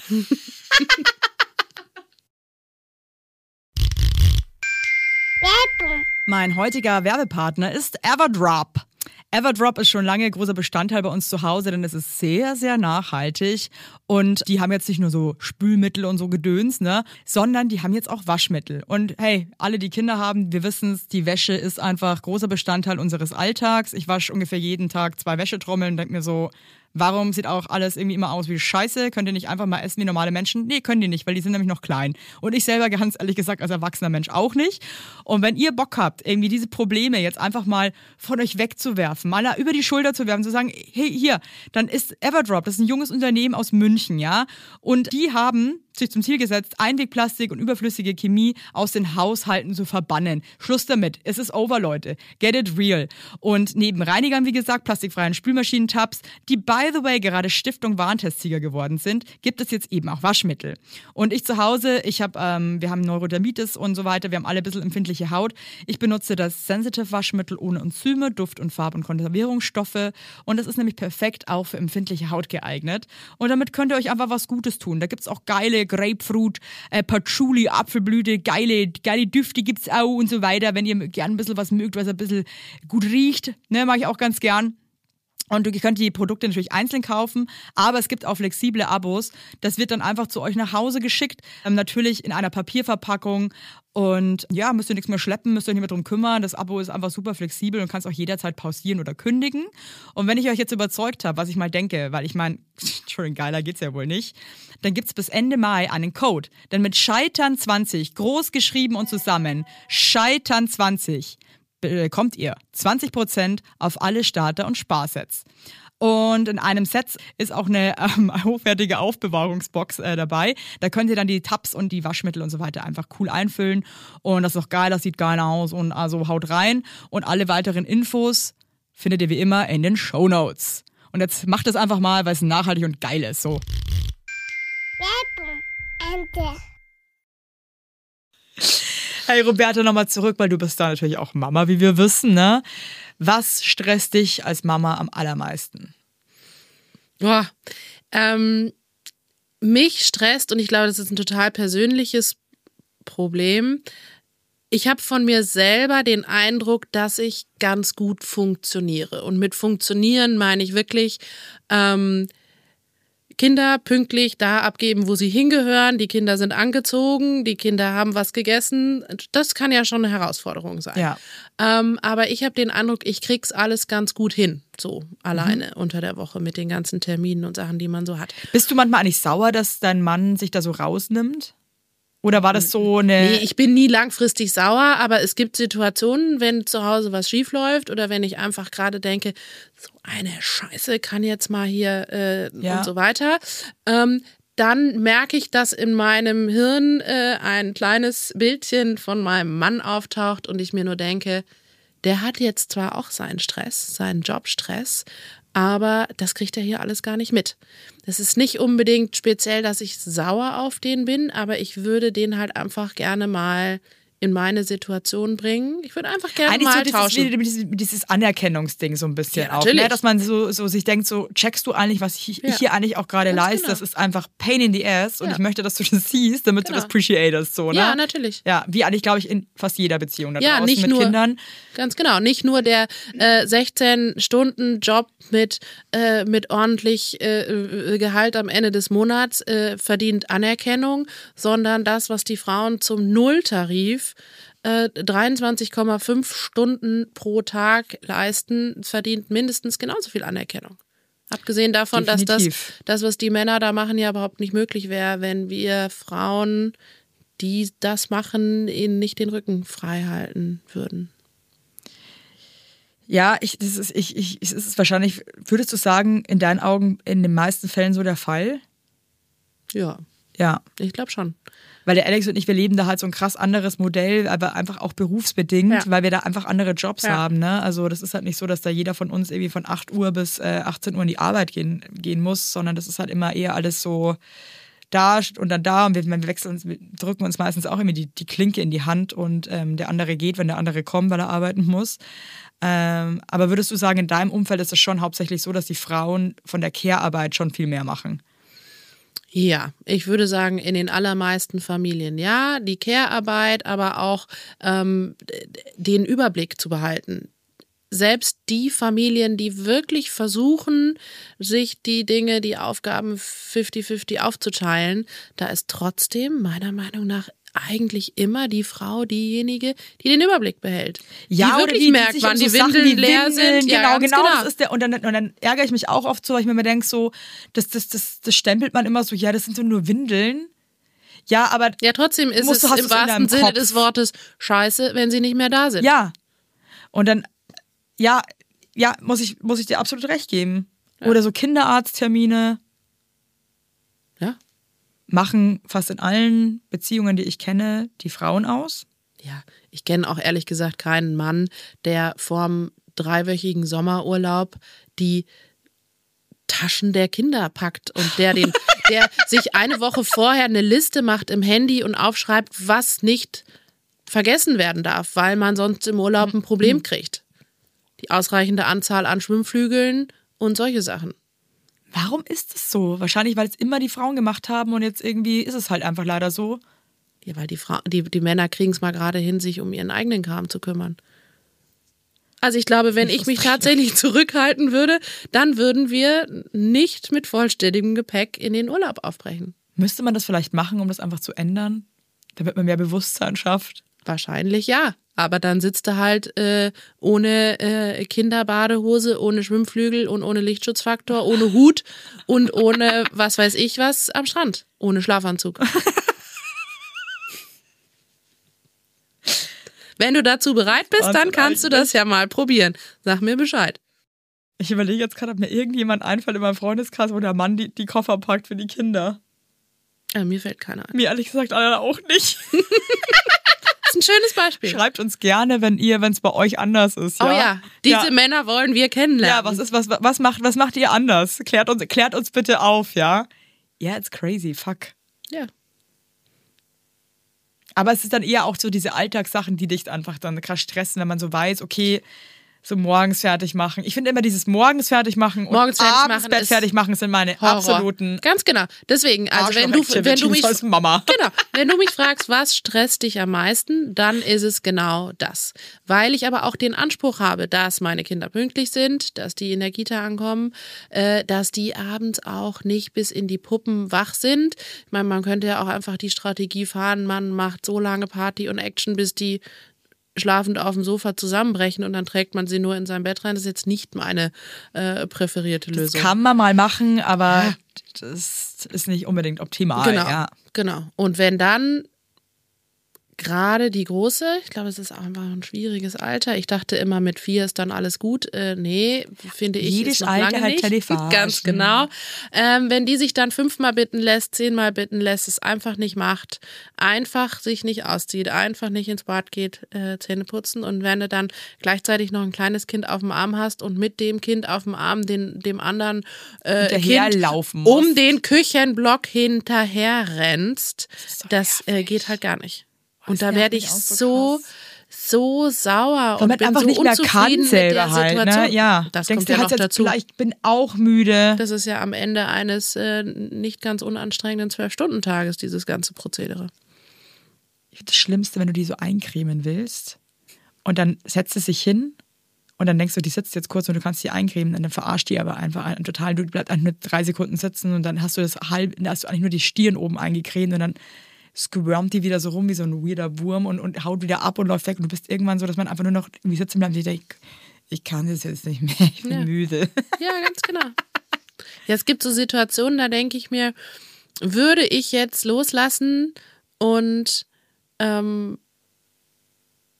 Werbung. Mein heutiger Werbepartner ist Everdrop. Everdrop ist schon lange großer Bestandteil bei uns zu Hause, denn es ist sehr, sehr nachhaltig. Und die haben jetzt nicht nur so Spülmittel und so Gedöns, ne, sondern die haben jetzt auch Waschmittel. Und hey, alle, die Kinder haben, wir wissen es, die Wäsche ist einfach großer Bestandteil unseres Alltags. Ich wasche ungefähr jeden Tag zwei Wäschetrommeln und denke mir so, warum sieht auch alles irgendwie immer aus wie Scheiße? Könnt ihr nicht einfach mal essen wie normale Menschen? Nee, können die nicht, weil die sind nämlich noch klein. Und ich selber, ganz ehrlich gesagt, als erwachsener Mensch auch nicht. Und wenn ihr Bock habt, irgendwie diese Probleme jetzt einfach mal von euch wegzuwerfen, mal über die Schulter zu werfen, zu sagen, hey, hier, dann ist Everdrop, das ist ein junges Unternehmen aus München, ja? Und die haben sich zum Ziel gesetzt, Einwegplastik und überflüssige Chemie aus den Haushalten zu verbannen. Schluss damit. Es ist over, Leute. Get it real. Und neben Reinigern, wie gesagt, plastikfreien Spülmaschinentabs, die by the way gerade Stiftung Warentestsieger geworden sind, gibt es jetzt eben auch Waschmittel. Und ich zu Hause, ich habe, ähm, wir haben Neurodermitis und so weiter, wir haben alle ein bisschen empfindliche Haut. Ich benutze das Sensitive Waschmittel ohne Enzyme, Duft- und Farb- und Konservierungsstoffe. Und das ist nämlich perfekt auch für empfindliche Haut geeignet. Und damit könnt ihr euch einfach was Gutes tun. Da gibt es auch geile Grapefruit, äh, Patchouli, Apfelblüte, geile, geile Düfte gibt's auch und so weiter, wenn ihr gern ein bisschen was mögt, was ein bisschen gut riecht, ne, mag ich auch ganz gern. Und ihr könnt die Produkte natürlich einzeln kaufen, aber es gibt auch flexible Abos. Das wird dann einfach zu euch nach Hause geschickt, ähm, natürlich in einer Papierverpackung. Und ja, müsst ihr nichts mehr schleppen, müsst ihr euch nicht mehr drum kümmern. Das Abo ist einfach super flexibel und kannst auch jederzeit pausieren oder kündigen. Und wenn ich euch jetzt überzeugt habe, was ich mal denke, weil ich meine, Entschuldigung, geiler geht's ja wohl nicht, dann gibt's bis Ende Mai einen Code. Denn mit Scheitern zwanzig, groß geschrieben und zusammen, Scheitern zwanzig, bekommt ihr zwanzig Prozent auf alle Starter- und Sparsets. Und in einem Set ist auch eine ähm, hochwertige Aufbewahrungsbox äh, dabei. Da könnt ihr dann die Tabs und die Waschmittel und so weiter einfach cool einfüllen. Und das ist auch geil, das sieht geil aus. Und also haut rein. Und alle weiteren Infos findet ihr wie immer in den Shownotes. Und jetzt macht es einfach mal, weil es nachhaltig und geil ist. So. Werbung. Ende. Hey Roberta, nochmal zurück, weil du bist da natürlich auch Mama, wie wir wissen, ne? Was stresst dich als Mama am allermeisten? Boah, ähm, mich stresst, und ich glaube, das ist ein total persönliches Problem. Ich habe von mir selber den Eindruck, dass ich ganz gut funktioniere. Und mit funktionieren meine ich wirklich, ähm, Kinder pünktlich da abgeben, wo sie hingehören. Die Kinder sind angezogen, die Kinder haben was gegessen. Das kann ja schon eine Herausforderung sein. Ja. Ähm, aber ich habe den Eindruck, ich krieg's alles ganz gut hin, so alleine mhm. unter der Woche mit den ganzen Terminen und Sachen, die man so hat. Bist du manchmal eigentlich sauer, dass dein Mann sich da so rausnimmt? Oder war das so eine... Nee, ich bin nie langfristig sauer, aber es gibt Situationen, wenn zu Hause was schief läuft oder wenn ich einfach gerade denke, so eine Scheiße kann jetzt mal hier äh, ja. und so weiter, ähm, dann merke ich, dass in meinem Hirn äh, ein kleines Bildchen von meinem Mann auftaucht und ich mir nur denke, der hat jetzt zwar auch seinen Stress, seinen Jobstress, aber das kriegt er hier alles gar nicht mit. Das ist nicht unbedingt speziell, dass ich sauer auf den bin, aber ich würde den halt einfach gerne mal in meine Situation bringen. Ich würde einfach gerne Eigentlich mal so dieses, tauschen. Dieses, dieses Anerkennungsding so ein bisschen Ja, auch. natürlich. Ne? Dass man so, so sich denkt, so checkst du eigentlich, was ich, Ja. ich hier eigentlich auch gerade Ganz leiste. genau. Das ist einfach pain in the ass und Ja. ich möchte, dass du das siehst, damit Genau. du das appreciatest. So, ne? Ja, natürlich. Ja, wie eigentlich, glaube ich, in fast jeder Beziehung da Ja, draußen nicht mit nur- Kindern. Ganz genau. Nicht nur der äh, sechzehn-Stunden-Job mit, äh, mit ordentlich äh, Gehalt am Ende des Monats äh, verdient Anerkennung, sondern das, was die Frauen zum Nulltarif äh, dreiundzwanzig Komma fünf Stunden pro Tag leisten, verdient mindestens genauso viel Anerkennung. Abgesehen davon, dass das, Definitiv. das, was die Männer da machen, ja überhaupt nicht möglich wäre, wenn wir Frauen, die das machen, ihnen nicht den Rücken frei halten würden. Ja, ich, das ist, ich, ich, es ist wahrscheinlich, würdest du sagen, in deinen Augen in den meisten Fällen so der Fall? Ja. Ja. Ich glaube schon. Weil der Alex und ich, wir leben da halt so ein krass anderes Modell, aber einfach auch berufsbedingt, Ja. weil wir da einfach andere Jobs Ja. haben. Ne? Also das ist halt nicht so, dass da jeder von uns irgendwie von acht Uhr bis äh, achtzehn Uhr in die Arbeit gehen, gehen muss, sondern das ist halt immer eher alles so da und dann da und wir, wir wechseln uns, wir drücken uns meistens auch immer die, die Klinke in die Hand und ähm, der andere geht, wenn der andere kommt, weil er arbeiten muss. Ähm, aber würdest du sagen, in deinem Umfeld ist es schon hauptsächlich so, dass die Frauen von der Care-Arbeit schon viel mehr machen? Ja, ich würde sagen, in den allermeisten Familien ja, die Care-Arbeit, aber auch ähm, den Überblick zu behalten. Selbst die Familien, die wirklich versuchen, sich die Dinge, die Aufgaben fünfzig fünfzig aufzuteilen, da ist trotzdem meiner Meinung nach eigentlich immer die Frau diejenige, die den Überblick behält. Ja, die oder wirklich die, die merkt, sich wann um so die Sachen Windeln wie leer Windeln, sind. Genau, ja, ganz genau, genau. das ist der, und dann, und dann ärgere ich mich auch oft so, weil ich mir immer denke, so, das, das, das, das stempelt man immer so, ja, das sind so nur Windeln. Ja, aber Ja, trotzdem ist musst es du- hast im es in deinem wahrsten Sinne Kopf. des Wortes scheiße, wenn sie nicht mehr da sind. ja. Und dann, ja, ja, muss ich, muss ich dir absolut recht geben. Oder so Kinderarzttermine Ja? machen fast in allen Beziehungen, die ich kenne, die Frauen aus. Ja, ich kenne auch ehrlich gesagt keinen Mann, der vorm dreiwöchigen Sommerurlaub die Taschen der Kinder packt und der den, der sich eine Woche vorher eine Liste macht im Handy und aufschreibt, was nicht vergessen werden darf, weil man sonst im Urlaub ein Problem kriegt. Die ausreichende Anzahl an Schwimmflügeln und solche Sachen. Warum ist das so? Wahrscheinlich, weil es immer die Frauen gemacht haben und jetzt irgendwie ist es halt einfach leider so. Ja, weil die, Fra die, die Männer kriegen es mal gerade hin, sich um ihren eigenen Kram zu kümmern. Also ich glaube, wenn ich mich tatsächlich zurückhalten würde, dann würden wir nicht mit vollständigem Gepäck in den Urlaub aufbrechen. Müsste man das vielleicht machen, um das einfach zu ändern? Damit man mehr Bewusstsein schafft? Wahrscheinlich ja. Aber dann sitzt du halt äh, ohne äh, Kinderbadehose, ohne Schwimmflügel und ohne Lichtschutzfaktor, ohne Hut und ohne was weiß ich was am Strand. Ohne Schlafanzug. Wenn du dazu bereit bist, dann kannst du das ja mal probieren. Sag mir Bescheid. Ich überlege jetzt gerade, ob mir irgendjemand einfällt in meinem Freundeskreis, wo der Mann die, die Koffer packt für die Kinder. Ja, mir fällt keiner ein. Mir ehrlich gesagt alle auch nicht. Das ist ein schönes Beispiel. Schreibt uns gerne, wenn ihr, wenn es bei euch anders ist. Ja? Oh ja, diese ja. Männer wollen wir kennenlernen. Ja, was ist, was, was macht, was macht ihr anders? Klärt uns, klärt uns bitte auf, ja? Ja, it's crazy, fuck. Ja. Aber es ist dann eher auch so diese Alltagssachen, die dich einfach dann krass stressen, wenn man so weiß, okay, so morgens fertig machen. Ich finde immer dieses morgens fertig machen und Morgens fertig abends machen Bett ist fertig machen sind meine Horror. absoluten Ganz genau. Deswegen, also wenn du, wenn du mich, als Mama. genau, wenn du mich fragst, was stresst dich am meisten, dann ist es genau das. Weil ich aber auch den Anspruch habe, dass meine Kinder pünktlich sind, dass die in der Kita ankommen, äh, dass die abends auch nicht bis in die Puppen wach sind. Ich meine, man könnte ja auch einfach die Strategie fahren, man macht so lange Party und Action, bis die schlafend auf dem Sofa zusammenbrechen und dann trägt man sie nur in sein Bett rein. Das ist jetzt nicht meine äh, präferierte Lösung. Das kann man mal machen, aber das ist nicht unbedingt optimal. Genau, Ja. genau. Und wenn dann gerade die Große, ich glaube, es ist auch einfach ein schwieriges Alter. Ich dachte immer, mit vier ist dann alles gut. Äh, nee, finde ich, Jedes ist noch Alter lange hat nicht. seine Phasen. Ganz genau. Ähm, wenn die sich dann fünfmal bitten lässt, zehnmal bitten lässt, es einfach nicht macht, einfach sich nicht auszieht, einfach nicht ins Bad geht, äh, Zähne putzen und wenn du dann gleichzeitig noch ein kleines Kind auf dem Arm hast und mit dem Kind auf dem Arm den, dem anderen äh, Kind Hinterherlaufen musst. um den Küchenblock hinterher rennst, ist doch das äh, geht halt gar nicht. Und da nervt werde mich ich auch so so, krass. so sauer Weil und man bin einfach so nicht mehr unzufrieden kann mit selber der halt. Situation. Ne? Ja. Das Denkst kommt du ja halt noch jetzt, dazu. vielleicht bin auch müde. Das ist ja am Ende eines äh, nicht ganz unanstrengenden Zwölf-Stunden-Tages, dieses ganze Prozedere. Ich finde das Schlimmste, wenn du die so eincremen willst und dann setzt es sich hin und dann denkst du, die sitzt jetzt kurz und du kannst die eincremen und dann verarscht die aber einfach einen total. Du bleibst einfach nur drei Sekunden sitzen und dann hast du das halb, dann hast du eigentlich nur die Stirn oben eingecremt und dann squirmt die wieder so rum wie so ein weirder Wurm und, und haut wieder ab und läuft weg und du bist irgendwann so, dass man einfach nur noch irgendwie sitzen bleibt und denkt, ich kann das jetzt nicht mehr, ich bin Ja. müde. Ja, ganz genau. Ja, es gibt so Situationen, da denke ich mir, würde ich jetzt loslassen und ähm,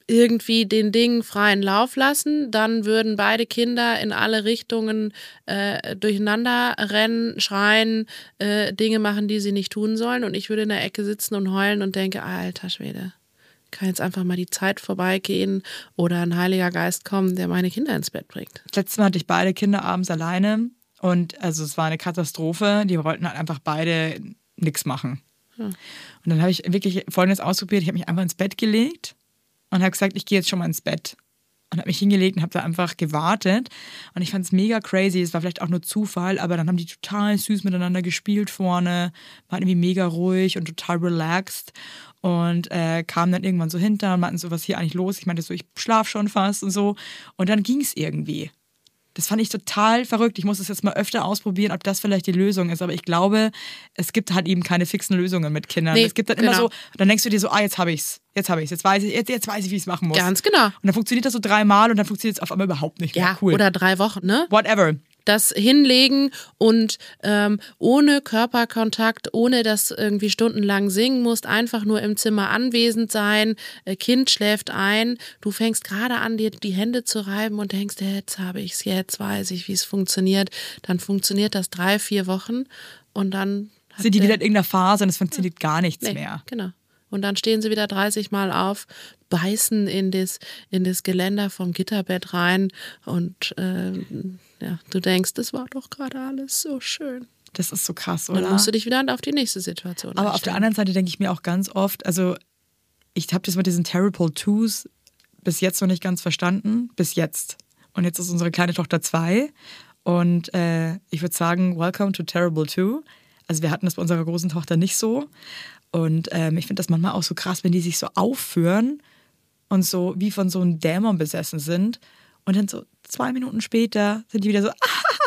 irgendwie den Dingen freien Lauf lassen, dann würden beide Kinder in alle Richtungen äh, durcheinander rennen, schreien, äh, Dinge machen, die sie nicht tun sollen und ich würde in der Ecke sitzen und heulen und denke, alter Schwede, kann jetzt einfach mal die Zeit vorbeigehen oder ein Heiliger Geist kommen, der meine Kinder ins Bett bringt. Letztes Mal hatte ich beide Kinder abends alleine und also es war eine Katastrophe, die wollten halt einfach beide nichts machen. Hm. Und dann habe ich wirklich Folgendes ausprobiert, ich habe mich einfach ins Bett gelegt und habe gesagt, ich gehe jetzt schon mal ins Bett. Und habe mich hingelegt und habe da einfach gewartet. Und ich fand es mega crazy. Es war vielleicht auch nur Zufall, aber dann haben die total süß miteinander gespielt vorne, waren irgendwie mega ruhig und total relaxed. Und äh, kamen dann irgendwann so hinter und meinten so, was ist hier eigentlich los? Ich meinte so, ich schlaf schon fast und so. Und dann ging es irgendwie. Das fand ich total verrückt. Ich muss es jetzt mal öfter ausprobieren, ob das vielleicht die Lösung ist. Aber ich glaube, es gibt halt eben keine fixen Lösungen mit Kindern. Nee, es gibt dann genau. immer so, dann denkst du dir so, ah, jetzt habe ich's. Jetzt habe ich's. Jetzt weiß ich, jetzt, jetzt weiß ich, wie ich es machen muss. Ganz genau. Und dann funktioniert das so dreimal und dann funktioniert es auf einmal überhaupt nicht mehr. Ja, cool. Oder drei Wochen, ne? Whatever. Das Hinlegen und ähm, ohne Körperkontakt, ohne dass irgendwie stundenlang singen musst, einfach nur im Zimmer anwesend sein, äh, Kind schläft ein, du fängst gerade an, dir die Hände zu reiben und denkst, jetzt habe ich es, jetzt weiß ich, wie es funktioniert. Dann funktioniert das drei, vier Wochen und dann sind die wieder in irgendeiner Phase und es funktioniert ja. gar nichts nee, mehr. Genau. Und dann stehen sie wieder dreißig Mal auf, beißen in das, in das Geländer vom Gitterbett rein und äh, ja, du denkst, das war doch gerade alles so schön. Das ist so krass, oder? Dann musst du dich wieder auf die nächste Situation Aber einstellen. Auf der anderen Seite denke ich mir auch ganz oft, also ich habe das mit diesen Terrible Twos bis jetzt noch nicht ganz verstanden, bis jetzt. Und jetzt ist unsere kleine Tochter zwei und äh, ich würde sagen, welcome to Terrible Two. Also wir hatten das bei unserer großen Tochter nicht so. Und ähm, ich finde das manchmal auch so krass, wenn die sich so aufführen und so wie von so einem Dämon besessen sind. Und dann so zwei Minuten später sind die wieder so,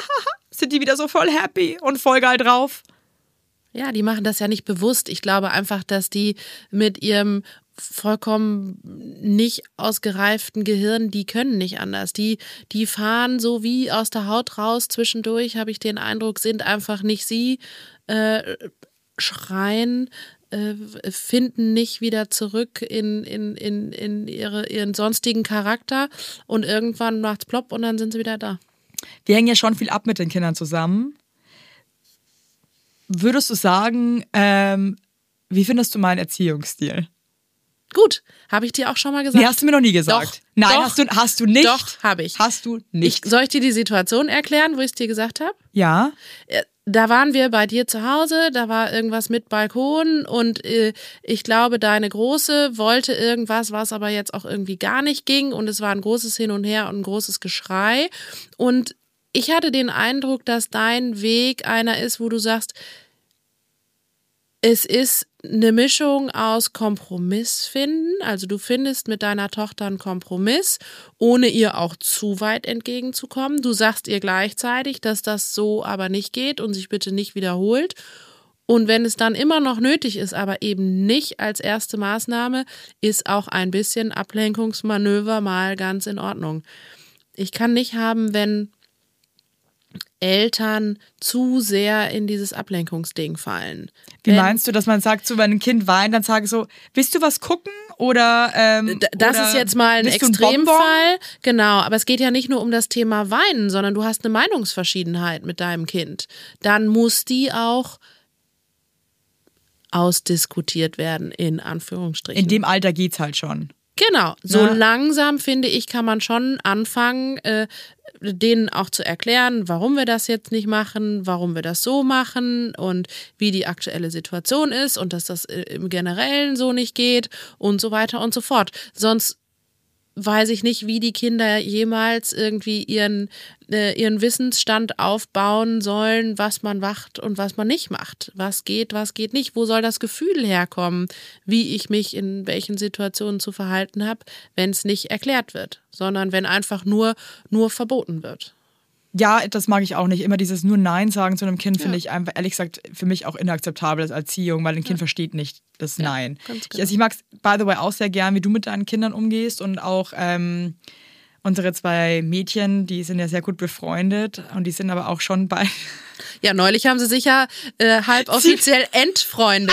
sind die wieder so voll happy und voll geil drauf. Ja, die machen das ja nicht bewusst. Ich glaube einfach, dass die mit ihrem vollkommen nicht ausgereiften Gehirn, die können nicht anders. Die, die fahren so wie aus der Haut raus. Zwischendurch habe ich den Eindruck, sind einfach nicht sie, äh, schreien, finden nicht wieder zurück in, in, in, in ihre, ihren sonstigen Charakter und irgendwann macht's plopp und dann sind sie wieder da. Wir hängen ja schon viel ab mit den Kindern zusammen. Würdest du sagen, ähm, wie findest du meinen Erziehungsstil? Gut, habe ich dir auch schon mal gesagt. Nee, hast du mir noch nie gesagt. Doch, Nein, doch, hast, du, hast du nicht. Doch, habe ich. Hast du nicht. Ich, soll ich dir die Situation erklären, wo ich es dir gesagt habe? Ja. Da waren wir bei dir zu Hause, da war irgendwas mit Balkon und äh, ich glaube, deine Große wollte irgendwas, was aber jetzt auch irgendwie gar nicht ging und es war ein großes Hin und Her und ein großes Geschrei und ich hatte den Eindruck, dass dein Weg einer ist, wo du sagst, es ist eine Mischung aus Kompromiss finden, also du findest mit deiner Tochter einen Kompromiss, ohne ihr auch zu weit entgegenzukommen. Du sagst ihr gleichzeitig, dass das so aber nicht geht und sich bitte nicht wiederholt. Und wenn es dann immer noch nötig ist, aber eben nicht als erste Maßnahme, ist auch ein bisschen Ablenkungsmanöver mal ganz in Ordnung. Ich kann nicht haben, wenn Eltern zu sehr in dieses Ablenkungsding fallen. Wie meinst du, dass man sagt, so, wenn ein Kind weint, dann sage ich so, willst du was gucken? Oder ähm, das oder ist jetzt mal ein Extremfall. Genau, aber es geht ja nicht nur um das Thema Weinen, sondern du hast eine Meinungsverschiedenheit mit deinem Kind. Dann muss die auch ausdiskutiert werden, in Anführungsstrichen. In dem Alter geht's halt schon. Genau, so Na? langsam, finde ich, kann man schon anfangen, äh, denen auch zu erklären, warum wir das jetzt nicht machen, warum wir das so machen und wie die aktuelle Situation ist und dass das im Generellen so nicht geht und so weiter und so fort. Sonst weiß ich nicht, wie die Kinder jemals irgendwie ihren, äh, ihren Wissensstand aufbauen sollen, was man macht und was man nicht macht. Was geht, was geht nicht. Wo soll das Gefühl herkommen, wie ich mich in welchen Situationen zu verhalten habe, wenn es nicht erklärt wird, sondern wenn einfach nur, nur verboten wird. Ja, das mag ich auch nicht. Immer dieses nur Nein sagen zu einem Kind, Ja. finde ich einfach, ehrlich gesagt, für mich auch inakzeptabel als Erziehung, weil ein Kind versteht nicht das Ja, Nein. ganz Ich, genau. also ich mag es, by the way, auch sehr gern, wie du mit deinen Kindern umgehst und auch ähm, unsere zwei Mädchen, die sind ja sehr gut befreundet und die sind aber auch schon bei... Ja, neulich haben sie sich ja äh, halb offiziell entfreundet.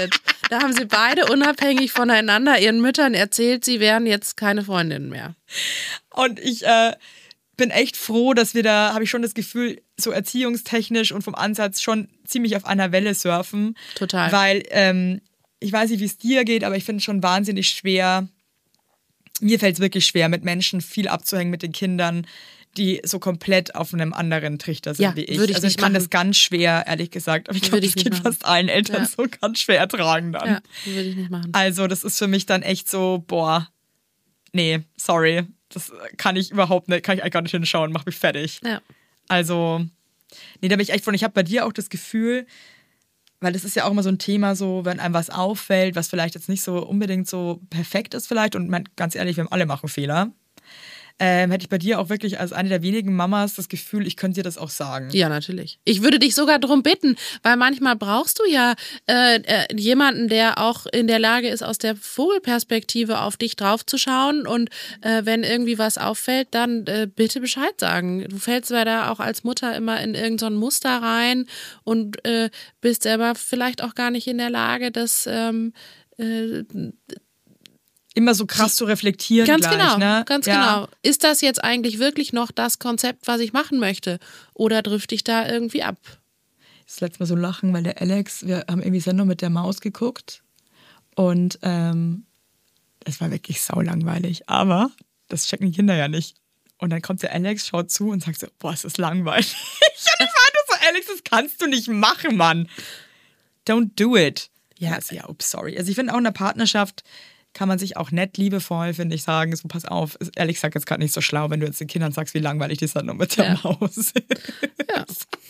Da haben sie beide unabhängig voneinander ihren Müttern erzählt, sie wären jetzt keine Freundinnen mehr. Und ich äh, bin echt froh, dass wir da, habe ich schon das Gefühl, so erziehungstechnisch und vom Ansatz schon ziemlich auf einer Welle surfen. Total. Weil ähm, ich weiß nicht, wie es dir geht, aber ich finde es schon wahnsinnig schwer. Mir fällt es wirklich schwer, mit Menschen viel abzuhängen, mit den Kindern, die so komplett auf einem anderen Trichter sind Ja, wie ich. würde ich also ich nicht kann machen. das ganz schwer, ehrlich gesagt. Aber ich glaube, Würde das ich geht nicht machen. fast allen Eltern Ja. so ganz schwer ertragen dann. Ja, würde ich nicht machen. Also das ist für mich dann echt so, boah, nee, sorry. Das kann ich überhaupt nicht, kann ich eigentlich gar nicht hinschauen, mach mich fertig. Ja. Also, nee, da bin ich echt von. Ich habe bei dir auch das Gefühl, weil das ist ja auch immer so ein Thema, so wenn einem was auffällt, was vielleicht jetzt nicht so unbedingt so perfekt ist vielleicht. Und man, ganz ehrlich, wir haben alle machen Fehler. Ähm, hätte ich bei dir auch wirklich als eine der wenigen Mamas das Gefühl, ich könnte dir das auch sagen. Ja, natürlich. Ich würde dich sogar darum bitten, weil manchmal brauchst du ja äh, äh, jemanden, der auch in der Lage ist, aus der Vogelperspektive auf dich draufzuschauen und äh, wenn irgendwie was auffällt, dann äh, bitte Bescheid sagen. Du fällst ja da auch als Mutter immer in irgendein so ein Muster rein und äh, bist selber vielleicht auch gar nicht in der Lage, das ähm, äh, Immer so krass zu reflektieren Ganz gleich, genau, ne? ganz Ja. genau. Ist das jetzt eigentlich wirklich noch das Konzept, was ich machen möchte? Oder drifte ich da irgendwie ab? Das letzte Mal so lachen, weil der Alex, wir haben irgendwie Sendung mit der Maus geguckt und ähm, es war wirklich saulangweilig, aber das checken die Kinder ja nicht. Und dann kommt der Alex, schaut zu und sagt so, boah, es ist langweilig. Ich war nur so, Alex, das kannst du nicht machen, Mann. Don't do it. Ja, also, ja, ups, sorry. Also ich finde auch in der Partnerschaft kann man sich auch nett, liebevoll, finde ich, sagen, so pass auf, ist ehrlich gesagt jetzt gerade nicht so schlau, wenn du jetzt den Kindern sagst, wie langweilig die Sendung mit der Ja. Maus. Ja.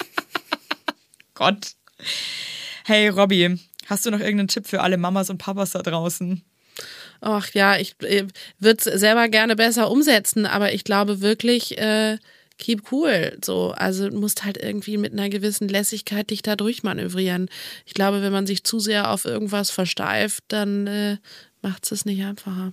Gott. Hey Robby, hast du noch irgendeinen Tipp für alle Mamas und Papas da draußen? Ach ja, ich äh, würde es selber gerne besser umsetzen, aber ich glaube wirklich, äh, keep cool. So, also du musst halt irgendwie mit einer gewissen Lässigkeit dich da durchmanövrieren. Ich glaube, wenn man sich zu sehr auf irgendwas versteift, dann äh, macht es nicht einfacher.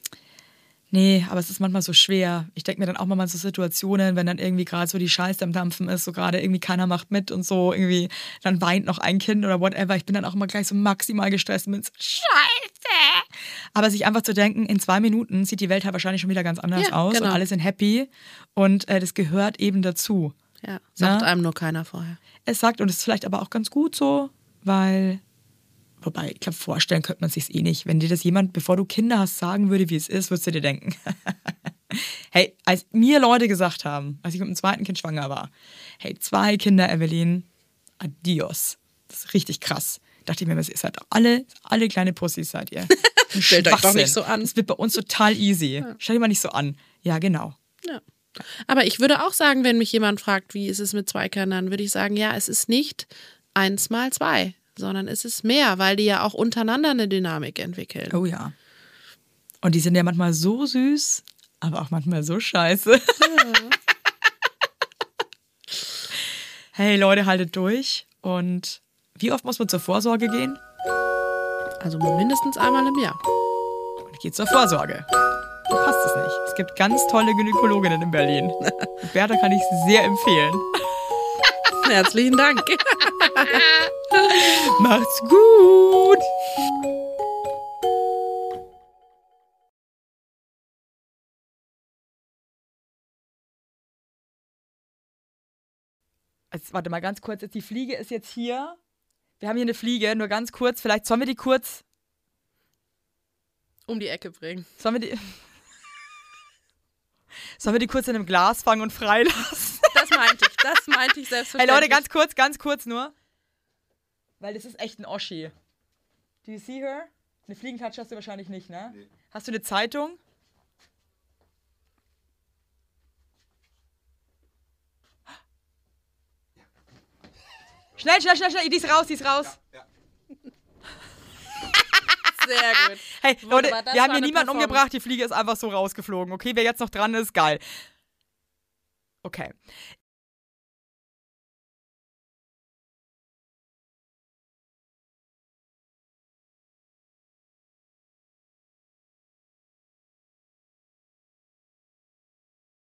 Nee, aber es ist manchmal so schwer. Ich denke mir dann auch mal so Situationen, wenn dann irgendwie gerade so die Scheiße am Dampfen ist, so gerade irgendwie keiner macht mit und so irgendwie, dann weint noch ein Kind oder whatever. Ich bin dann auch immer gleich so maximal gestresst und bin so, Scheiße. Aber sich einfach zu denken, in zwei Minuten sieht die Welt halt wahrscheinlich schon wieder ganz anders Ja, aus genau. und alle sind happy und äh, das gehört eben dazu. Ja, sagt Na? einem nur keiner vorher. Es sagt, und es ist vielleicht aber auch ganz gut so, weil, wobei, ich glaube, vorstellen könnte man sich's eh nicht. Wenn dir das jemand, bevor du Kinder hast, sagen würde, wie es ist, würdest du dir denken. Hey, als mir Leute gesagt haben, als ich mit dem zweiten Kind schwanger war, hey, zwei Kinder, Evelyn, adios. Das ist richtig krass. Dachte ich mir, ihr seid doch alle, alle kleine Pussys seid ihr. Stellt euch doch Schwachsinn. nicht so an. Das wird bei uns total easy. Stell dich mal nicht so an. Ja, genau. Ja. Aber ich würde auch sagen, wenn mich jemand fragt, wie ist es mit zwei Kindern, würde ich sagen, ja, es ist nicht eins mal zwei, sondern es ist mehr, weil die ja auch untereinander eine Dynamik entwickeln. Oh ja. Und die sind ja manchmal so süß, aber auch manchmal so scheiße. Ja. Hey Leute, haltet durch. Und wie oft muss man zur Vorsorge gehen? Also mindestens einmal im Jahr. Und geht zur Vorsorge. Dann passt es nicht. Es gibt ganz tolle Gynäkologinnen in Berlin. Und Bertha kann ich sehr empfehlen. Herzlichen Dank. Macht's gut. Jetzt, warte mal ganz kurz. Jetzt, die Fliege ist jetzt hier. Wir haben hier eine Fliege, nur ganz kurz. Vielleicht sollen wir die kurz... Um die Ecke bringen. Sollen wir die... Sollen wir die kurz in einem Glas fangen und freilassen? Das meinte ich, das meinte ich Hey selbstverständlich. Leute, ganz kurz, ganz kurz nur. Weil das ist echt ein Oschi. Do you see her? Eine Fliegenklatsche hast du wahrscheinlich nicht, ne? Nee. Hast du eine Zeitung? Schnell, schnell, schnell, schnell. Die ist raus, die ist raus. Ja, ja. Sehr gut. Hey, Wunderbar, Leute, das wir haben war hier eine niemanden Performance. umgebracht. Die Fliege ist einfach so rausgeflogen. Okay, wer jetzt noch dran ist, geil. Okay.